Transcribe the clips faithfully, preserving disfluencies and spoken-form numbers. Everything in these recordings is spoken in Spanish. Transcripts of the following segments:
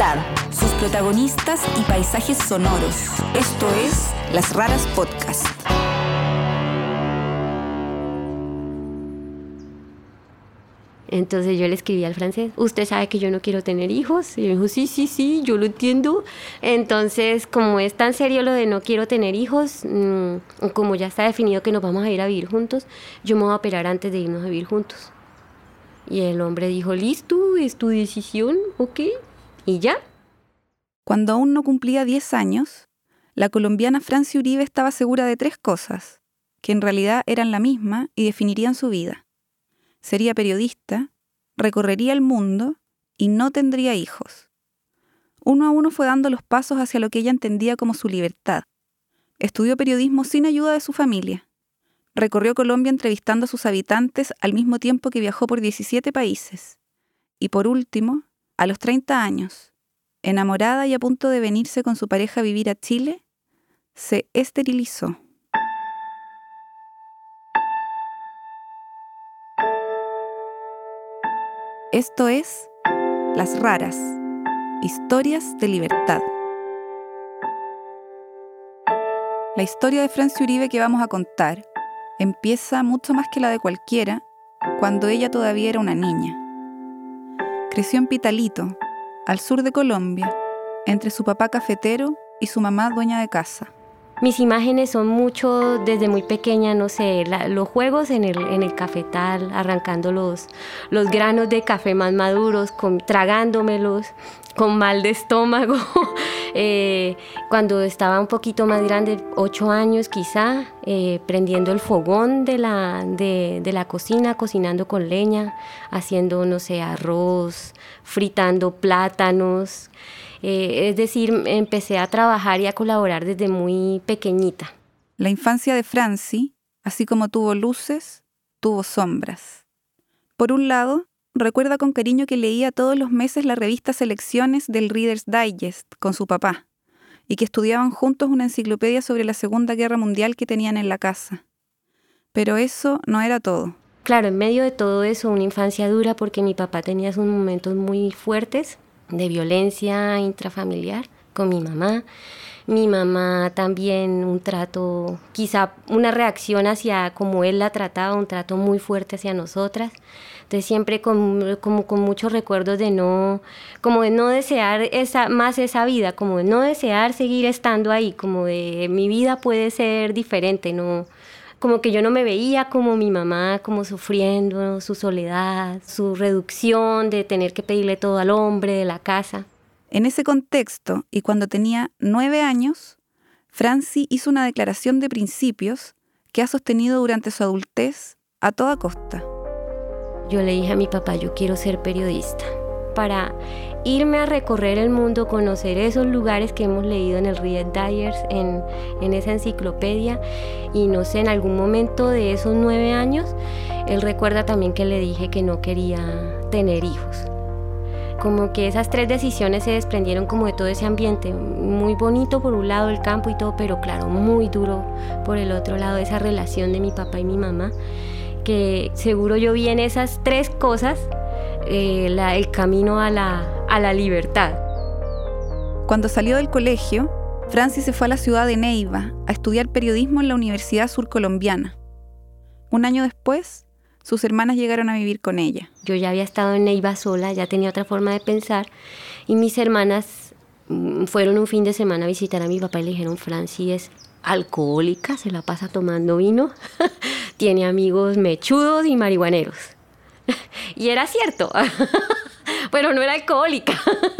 Libertad, sus protagonistas y paisajes sonoros. Esto es Las Raras Podcast. Entonces yo le escribí al francés: usted sabe que yo no quiero tener hijos. Y me dijo: sí, sí, sí, yo lo entiendo. Entonces, como es tan serio lo de no quiero tener hijos, mmm, como ya está definido que nos vamos a ir a vivir juntos, yo me voy a operar antes de irnos a vivir juntos. Y el hombre dijo: listo, es tu decisión, ok. Y ya. Cuando aún no cumplía diez años, la colombiana Franci Uribe estaba segura de tres cosas, que en realidad eran la misma y definirían su vida. Sería periodista, recorrería el mundo y no tendría hijos. Uno a uno fue dando los pasos hacia lo que ella entendía como su libertad. Estudió periodismo sin ayuda de su familia. Recorrió Colombia entrevistando a sus habitantes al mismo tiempo que viajó por diecisiete países. Y por último, a los treinta años, enamorada y a punto de venirse con su pareja a vivir a Chile, se esterilizó. Esto es Las Raras, historias de libertad. La historia de Franci Uribe que vamos a contar empieza mucho más que la de cualquiera cuando ella todavía era una niña. Creció en Pitalito, al sur de Colombia, entre su papá cafetero y su mamá dueña de casa. Mis imágenes son mucho desde muy pequeña, no sé, la, los juegos en el, en el cafetal, arrancando los, los granos de café más maduros, con, tragándomelos, con mal de estómago. eh, cuando estaba un poquito más grande, ocho años quizá, eh, prendiendo el fogón de la, de, de la cocina, cocinando con leña, haciendo, no sé, arroz, fritando plátanos. Eh, es decir, empecé a trabajar y a colaborar desde muy pequeñita. La infancia de Franci, así como tuvo luces, tuvo sombras. Por un lado, recuerda con cariño que leía todos los meses la revista Selecciones del Reader's Digest con su papá y que estudiaban juntos una enciclopedia sobre la Segunda Guerra Mundial que tenían en la casa. Pero eso no era todo. Claro, en medio de todo eso, una infancia dura porque mi papá tenía sus momentos muy fuertes de violencia intrafamiliar con mi mamá. Mi mamá también un trato, quizá una reacción hacia cómo él la trataba, un trato muy fuerte hacia nosotras. Entonces siempre con, como con muchos recuerdos de no, como de no desear esa, más esa vida, como de no desear seguir estando ahí, como de mi vida puede ser diferente, no. Como que yo no me veía como mi mamá, como sufriendo su soledad, su reducción de tener que pedirle todo al hombre de la casa. En ese contexto, y cuando tenía nueve años, Franci hizo una declaración de principios que ha sostenido durante su adultez a toda costa. Yo le dije a mi papá: yo quiero ser periodista, para irme a recorrer el mundo, conocer esos lugares que hemos leído en el Reader's Digest, en, en esa enciclopedia. Y no sé, en algún momento de esos nueve años, él recuerda también que le dije que no quería tener hijos. Como que esas tres decisiones se desprendieron como de todo ese ambiente, muy bonito por un lado el campo y todo, pero claro, muy duro por el otro lado, esa relación de mi papá y mi mamá, que seguro yo vi en esas tres cosas Eh, la, el camino a la, a la libertad. Cuando salió del colegio, Franci se fue a la ciudad de Neiva a estudiar periodismo en la Universidad Surcolombiana. Un año después, sus hermanas llegaron a vivir con ella. Yo ya había estado en Neiva sola, ya tenía otra forma de pensar, y mis hermanas fueron un fin de semana a visitar a mi papá y le dijeron: Franci es alcohólica, se la pasa tomando vino, tiene amigos mechudos y marihuaneros. Y era cierto, pero no era alcohólica.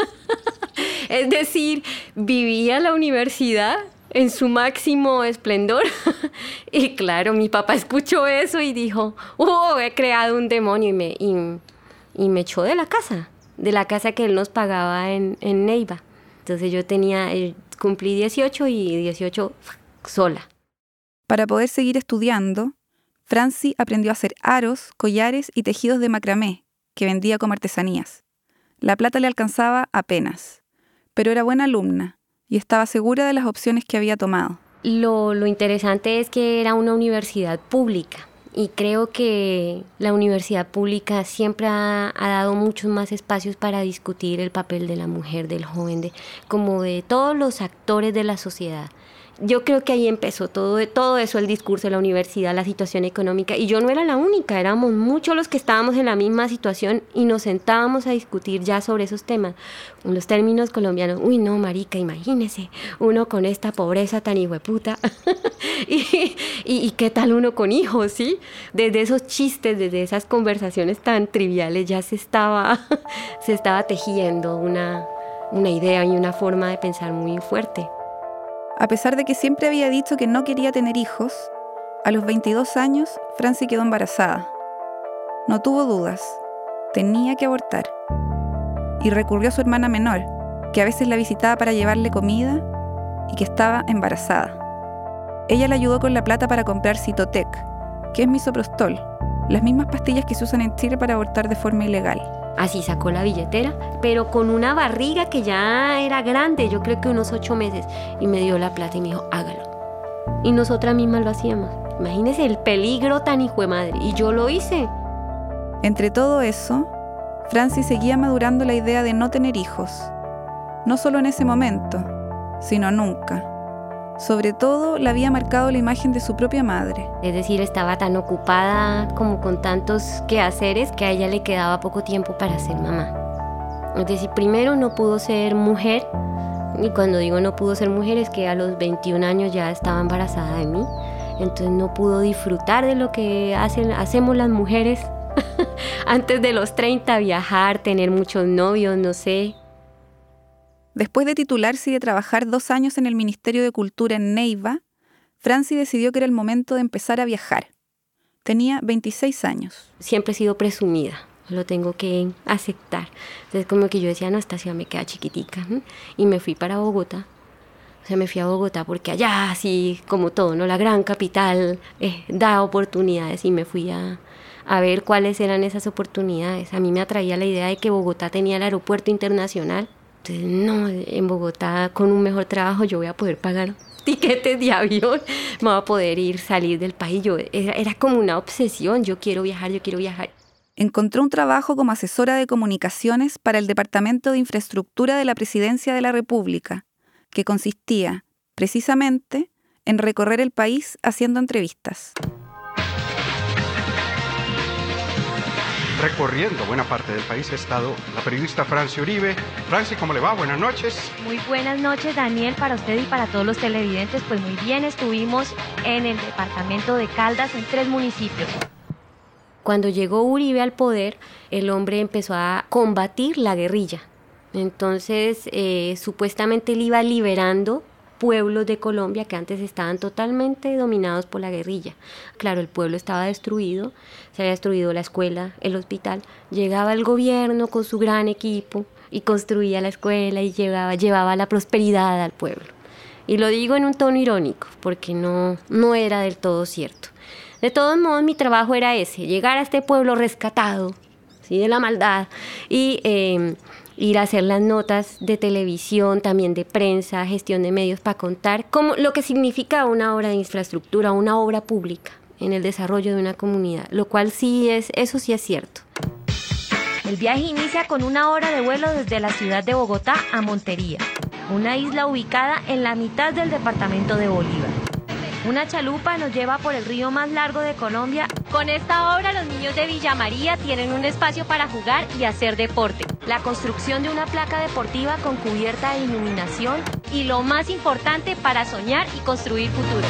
Es decir, vivía la universidad en su máximo esplendor. Y claro, mi papá escuchó eso y dijo: oh, he creado un demonio, y me, y, y me echó de la casa, de la casa que él nos pagaba en, en Neiva. Entonces yo tenía, cumplí dieciocho y dieciocho sola. Para poder seguir estudiando, Franci aprendió a hacer aros, collares y tejidos de macramé, que vendía como artesanías. La plata le alcanzaba apenas, pero era buena alumna y estaba segura de las opciones que había tomado. Lo, lo interesante es que era una universidad pública. y creo que la universidad pública siempre ha, ha dado muchos más espacios para discutir el papel de la mujer, del joven, de, como de todos los actores de la sociedad. Yo creo que ahí empezó todo, todo eso, el discurso de la universidad, la situación económica, y yo no era la única, éramos muchos los que estábamos en la misma situación y nos sentábamos a discutir ya sobre esos temas. En los términos colombianos, uy no, marica, imagínese, uno con esta pobreza tan hijueputa, y, y, y qué tal uno con hijos, ¿sí? Desde esos chistes, desde esas conversaciones tan triviales ya se estaba, se estaba tejiendo una, una idea y una forma de pensar muy fuerte. A pesar de que siempre había dicho que no quería tener hijos, a los veintidós años, Franci quedó embarazada. No tuvo dudas, tenía que abortar. Y recurrió a su hermana menor, que a veces la visitaba para llevarle comida y que estaba embarazada. Ella le ayudó con la plata para comprar Cytotec, que es misoprostol, las mismas pastillas que se usan en Chile para abortar de forma ilegal. Así sacó la billetera, pero con una barriga que ya era grande, yo creo que unos ocho meses, y me dio la plata y me dijo, hágalo. Y nosotras mismas lo hacíamos. Imagínese el peligro tan hijo de madre, y yo lo hice. Entre todo eso, Franci seguía madurando la idea de no tener hijos. No solo en ese momento, sino nunca. Sobre todo, la había marcado la imagen de su propia madre. Es decir, estaba tan ocupada como con tantos quehaceres que a ella le quedaba poco tiempo para ser mamá. Es decir, primero no pudo ser mujer, y cuando digo no pudo ser mujer es que a los veintiún años ya estaba embarazada de mí, entonces no pudo disfrutar de lo que hacen, hacemos las mujeres antes de los treinta, viajar, tener muchos novios, no sé. Después de titularse y de trabajar dos años en el Ministerio de Cultura en Neiva, Franci decidió que era el momento de empezar a viajar. Tenía veintiséis años. Siempre he sido presumida, lo tengo que aceptar. Entonces como que yo decía, no, esta ciudad me queda chiquitica. Y me fui para Bogotá. O sea, me fui a Bogotá porque allá, así como todo, ¿no? La gran capital eh, da oportunidades, y me fui a, a ver cuáles eran esas oportunidades. A mí me atraía la idea de que Bogotá tenía el aeropuerto internacional. Entonces, no, en Bogotá con un mejor trabajo yo voy a poder pagar tiquetes de avión, me voy a poder ir, salir del país. Yo, era, era como una obsesión, yo quiero viajar, yo quiero viajar. Encontró un trabajo como asesora de comunicaciones para el Departamento de Infraestructura de la Presidencia de la República, que consistía, precisamente, en recorrer el país haciendo entrevistas. Recorriendo buena parte del país ha estado la periodista Franci Uribe. Franci, ¿cómo le va? Buenas noches. Muy buenas noches, Daniel, para usted y para todos los televidentes. Pues muy bien, estuvimos en el departamento de Caldas, en tres municipios. Cuando llegó Uribe al poder, el hombre empezó a combatir la guerrilla. Entonces, eh, supuestamente él iba liberando pueblos de Colombia que antes estaban totalmente dominados por la guerrilla. Claro, el pueblo estaba destruido, se había destruido la escuela, el hospital. Llegaba el gobierno con su gran equipo y construía la escuela y llevaba, llevaba la prosperidad al pueblo. Y lo digo en un tono irónico, porque no, no era del todo cierto. De todos modos, mi trabajo era ese, llegar a este pueblo rescatado, ¿sí?, de la maldad, y eh, ir a hacer las notas de televisión, también de prensa, gestión de medios, para contar cómo, lo que significa una obra de infraestructura, una obra pública en el desarrollo de una comunidad, lo cual sí es, eso sí es cierto. El viaje inicia con una hora de vuelo desde la ciudad de Bogotá a Montería, una isla ubicada en la mitad del departamento de Bolívar. Una chalupa nos lleva por el río más largo de Colombia. Con esta obra los niños de Villa María tienen un espacio para jugar y hacer deporte. La construcción de una placa deportiva con cubierta de iluminación y lo más importante, para soñar y construir futuro.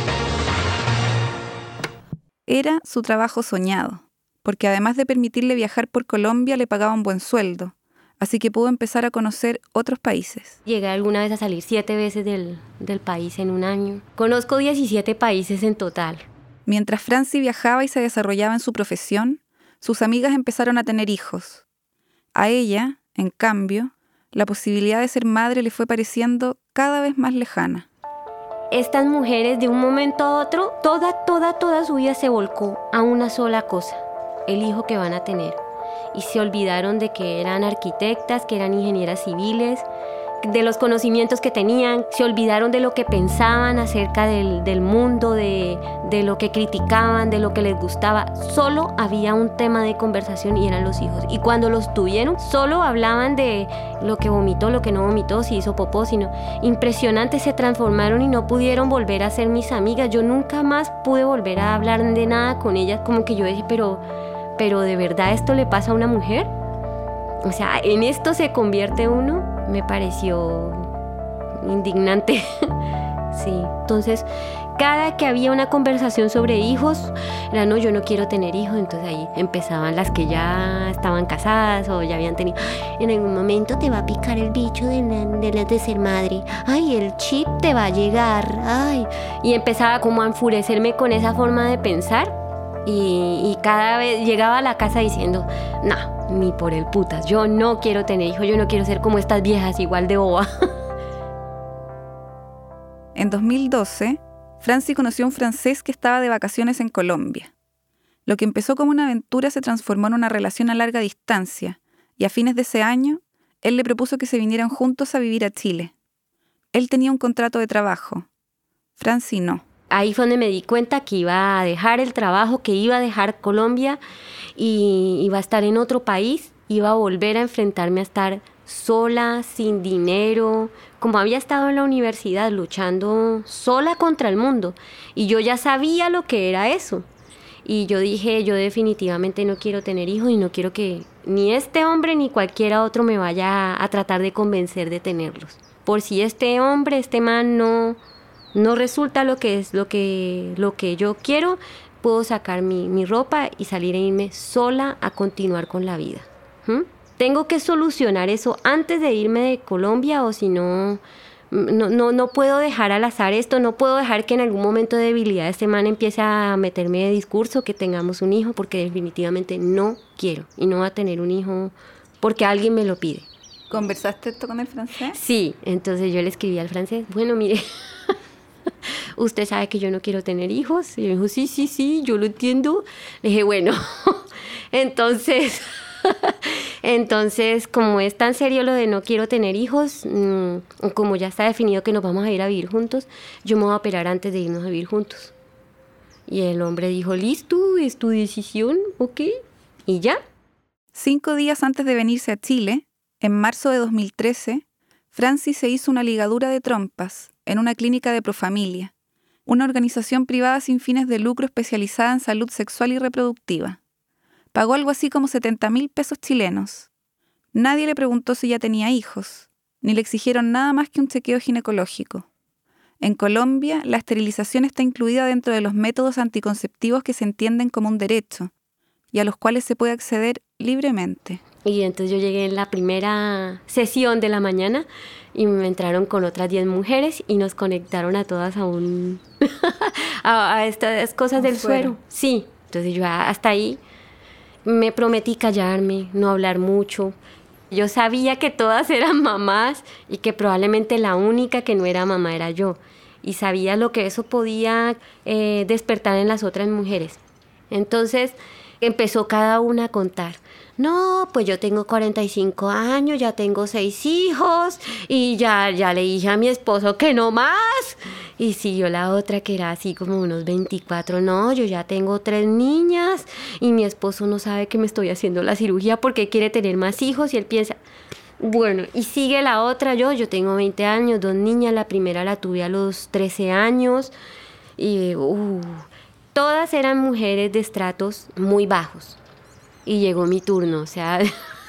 Era su trabajo soñado, porque además de permitirle viajar por Colombia le pagaba un buen sueldo. Así que pudo empezar a conocer otros países. Llegué alguna vez a salir siete veces del, del país en un año. Conozco diecisiete países en total. Mientras Franci viajaba y se desarrollaba en su profesión, sus amigas empezaron a tener hijos. A ella, en cambio, la posibilidad de ser madre le fue pareciendo cada vez más lejana. Estas mujeres, de un momento a otro, toda, toda, toda su vida se volcó a una sola cosa: el hijo que van a tener. Y se olvidaron de que eran arquitectas, que eran ingenieras civiles, de los conocimientos que tenían, se olvidaron de lo que pensaban acerca del, del mundo, de, de lo que criticaban, de lo que les gustaba. Solo había un tema de conversación y eran los hijos. Y cuando los tuvieron, solo hablaban de lo que vomitó, lo que no vomitó, si hizo popó, sino impresionante, se transformaron y no pudieron volver a ser mis amigas. Yo nunca más pude volver a hablar de nada con ellas, como que yo dije, pero, pero ¿de verdad esto le pasa a una mujer? O sea, ¿en esto se convierte uno? Me pareció indignante. Sí, entonces cada que había una conversación sobre hijos, era no, yo no quiero tener hijos, entonces ahí empezaban las que ya estaban casadas o ya habían tenido. En algún momento te va a picar el bicho de, de, de, de ser madre, ay, el chip te va a llegar, ay. Y empezaba como a enfurecerme con esa forma de pensar y, y cada vez llegaba a la casa diciendo, no, ni por el putas, yo no quiero tener hijos, yo no quiero ser como estas viejas igual de boba. En dos mil doce, Franci conoció a un francés que estaba de vacaciones en Colombia. Lo que empezó como una aventura se transformó en una relación a larga distancia y a fines de ese año, él le propuso que se vinieran juntos a vivir a Chile. Él tenía un contrato de trabajo. Franci no. Ahí fue donde me di cuenta que iba a dejar el trabajo, que iba a dejar Colombia y iba a estar en otro país, iba a volver a enfrentarme a estar sola, sin dinero, como había estado en la universidad luchando sola contra el mundo. Y yo ya sabía lo que era eso. Y yo dije, yo definitivamente no quiero tener hijos y no quiero que ni este hombre ni cualquiera otro me vaya a, a tratar de convencer de tenerlos. Por si este hombre, este man no... no resulta lo que es lo que, lo que yo quiero, puedo sacar mi, mi ropa y salir e irme sola a continuar con la vida. ¿Mm? Tengo que solucionar eso antes de irme de Colombia o si no, no, no, no puedo dejar al azar esto, no puedo dejar que en algún momento de debilidad este man empiece a meterme de discurso que tengamos un hijo, porque definitivamente no quiero y no va a tener un hijo porque alguien me lo pide. ¿Conversaste esto con el francés? Sí, entonces yo le escribí al francés, bueno, mire... usted sabe que yo no quiero tener hijos. Y me dijo, sí, sí, sí, yo lo entiendo. Le dije, bueno, entonces, entonces, como es tan serio lo de no quiero tener hijos, mmm, como ya está definido que nos vamos a ir a vivir juntos, yo me voy a operar antes de irnos a vivir juntos. Y el hombre dijo, listo, es tu decisión, ok, y ya. Cinco días antes de venirse a Chile, en marzo de dos mil trece, Franci se hizo una ligadura de trompas en una clínica de Profamilia, una organización privada sin fines de lucro especializada en salud sexual y reproductiva. Pagó algo así como setenta mil pesos chilenos. Nadie le preguntó si ya tenía hijos, ni le exigieron nada más que un chequeo ginecológico. En Colombia, la esterilización está incluida dentro de los métodos anticonceptivos que se entienden como un derecho y a los cuales se puede acceder libremente. Y entonces yo llegué en la primera sesión de la mañana y me entraron con otras diez mujeres y nos conectaron a todas a un a, a estas cosas del suero. Sí, entonces yo hasta ahí me prometí callarme, no hablar mucho. Yo sabía que todas eran mamás y que probablemente la única que no era mamá era yo. Y sabía lo que eso podía eh, despertar en las otras mujeres. Entonces empezó cada una a contar. No, pues yo tengo cuarenta y cinco años, ya tengo seis hijos y ya, ya le dije a mi esposo que no más. Y siguió la otra que era así como unos veinticuatro. No, yo ya tengo tres niñas y mi esposo no sabe que me estoy haciendo la cirugía porque quiere tener más hijos y él piensa... Bueno, y sigue la otra, yo, yo tengo veinte años, dos niñas, la primera la tuve a los trece años y uh, todas eran mujeres de estratos muy bajos. Y llegó mi turno, o sea,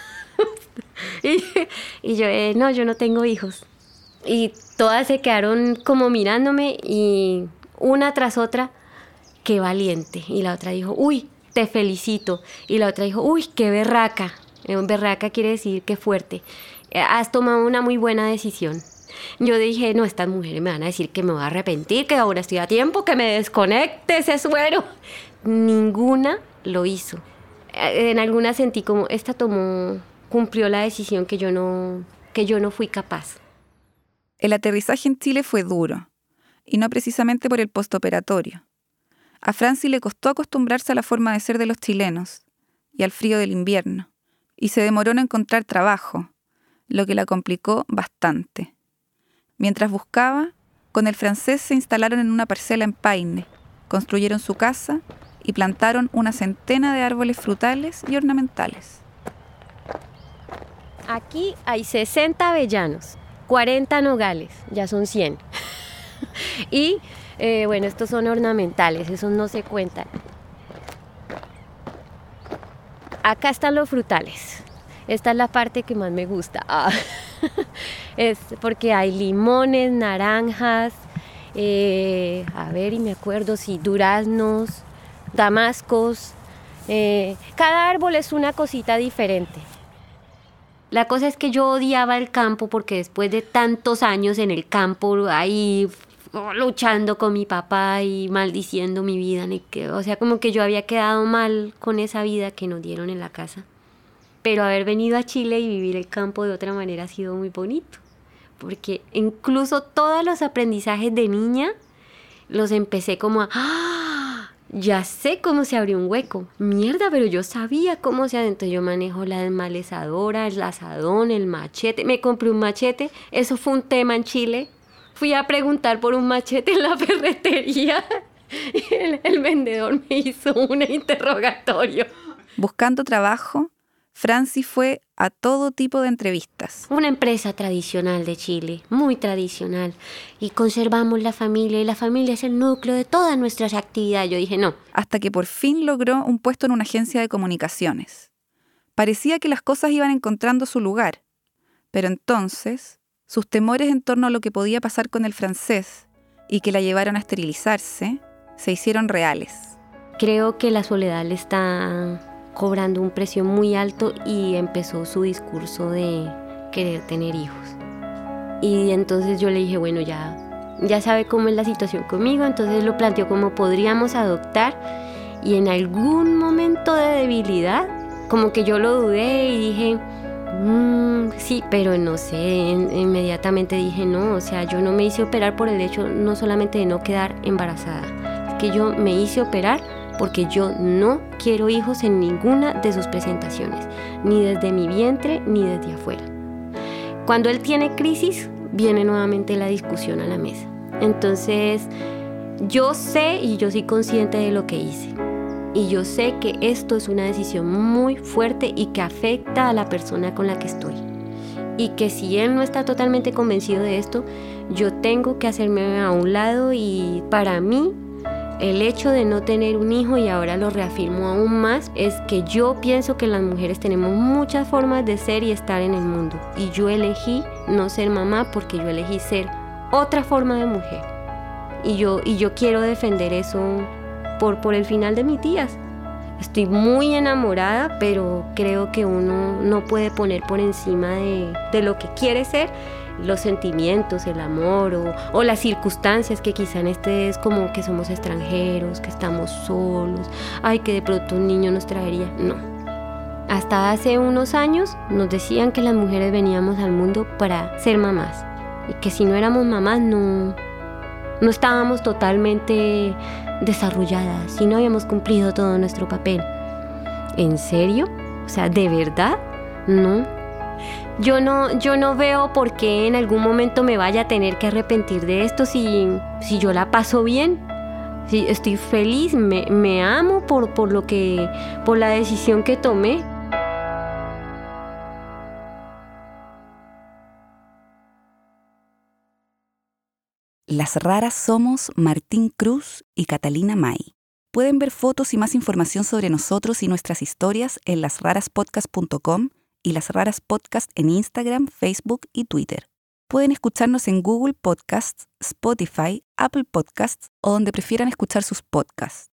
y, y yo, eh, no, yo no tengo hijos. Y todas se quedaron como mirándome y una tras otra, qué valiente. Y la otra dijo, uy, te felicito. Y la otra dijo, uy, qué berraca. Eh, berraca quiere decir qué fuerte. Eh, has tomado una muy buena decisión. Yo dije, no, estas mujeres me van a decir que me voy a arrepentir, que ahora estoy a tiempo, que me desconecte ese suero. Ninguna lo hizo. En algunas sentí como, esta tomó, cumplió la decisión que yo no, que yo no fui capaz. El aterrizaje en Chile fue duro, y no precisamente por el postoperatorio. A Franci le costó acostumbrarse a la forma de ser de los chilenos, y al frío del invierno, y se demoró en encontrar trabajo. lo que la complicó bastante. Mientras buscaba, con el francés se instalaron en una parcela en Paine, construyeron su casa y plantaron una centena de árboles frutales y ornamentales. Aquí hay sesenta avellanos, cuarenta nogales, ya son cien. Y eh, bueno, estos son ornamentales, esos no se cuentan. Acá están los frutales. Esta es la parte que más me gusta. Ah. Es porque hay limones, naranjas, eh, a ver, y me acuerdo, sí, duraznos, damascos. Eh, cada árbol es una cosita diferente. La cosa es que yo odiaba el campo porque después de tantos años en el campo, ahí luchando con mi papá y maldiciendo mi vida, o sea, como que yo había quedado mal con esa vida que nos dieron en la casa. Pero haber venido a Chile y vivir el campo de otra manera ha sido muy bonito, porque incluso todos los aprendizajes de niña los empecé como a... ¡Ah! Ya sé cómo se abrió un hueco. Mierda, pero yo sabía cómo se adentro. Yo manejo la desmalezadora, el lazadón, el machete. Me compré un machete. Eso fue un tema en Chile. Fui a preguntar por un machete en la ferretería. Y el, el vendedor me hizo un interrogatorio. Buscando trabajo, Franci fue a todo tipo de entrevistas. Una empresa tradicional de Chile, muy tradicional. Y conservamos la familia, y la familia es el núcleo de todas nuestras actividades. Yo dije no. Hasta que por fin logró un puesto en una agencia de comunicaciones. Parecía que las cosas iban encontrando su lugar. Pero entonces, sus temores en torno a lo que podía pasar con el francés y que la llevaron a esterilizarse, se hicieron reales. Creo que la soledad le está cobrando un precio muy alto y empezó su discurso de querer tener hijos. Y entonces yo le dije, bueno, ya, ya sabe cómo es la situación conmigo, entonces lo planteó como podríamos adoptar, y en algún momento de debilidad, como que yo lo dudé y dije, mmm, sí, pero no sé, en, inmediatamente dije no, o sea, yo no me hice operar por el hecho no solamente de no quedar embarazada, es que yo me hice operar porque yo no quiero hijos en ninguna de sus presentaciones, ni desde mi vientre ni desde afuera. Cuando él tiene crisis, viene nuevamente la discusión a la mesa. Entonces, yo sé y yo soy consciente de lo que hice. Y yo sé que esto es una decisión muy fuerte y que afecta a la persona con la que estoy. Y que si él no está totalmente convencido de esto, yo tengo que hacerme a un lado, y para mí, el hecho de no tener un hijo, y ahora lo reafirmo aún más, es que yo pienso que las mujeres tenemos muchas formas de ser y estar en el mundo. Y yo elegí no ser mamá porque yo elegí ser otra forma de mujer. Y yo, y yo quiero defender eso por, por el final de mis días. Estoy muy enamorada, pero creo que uno no puede poner por encima de, de lo que quiere ser los sentimientos, el amor o, o las circunstancias, que quizá en este es como que somos extranjeros, que estamos solos, ay, que de pronto un niño nos traería. No. Hasta hace unos años nos decían que las mujeres veníamos al mundo para ser mamás y que si no éramos mamás no, no estábamos totalmente desarrolladas y no habíamos cumplido todo nuestro papel. ¿En serio? O sea, ¿de verdad? No. Yo no, yo no veo por qué en algún momento me vaya a tener que arrepentir de esto si, si yo la paso bien, si estoy feliz, me, me amo por, por, lo que, por la decisión que tomé. Las raras somos Martín Cruz y Catalina May. Pueden ver fotos y más información sobre nosotros y nuestras historias en las raras podcast punto com y Las Raras Podcast en Instagram, Facebook y Twitter. Pueden escucharnos en Google Podcasts, Spotify, Apple Podcasts o donde prefieran escuchar sus podcasts.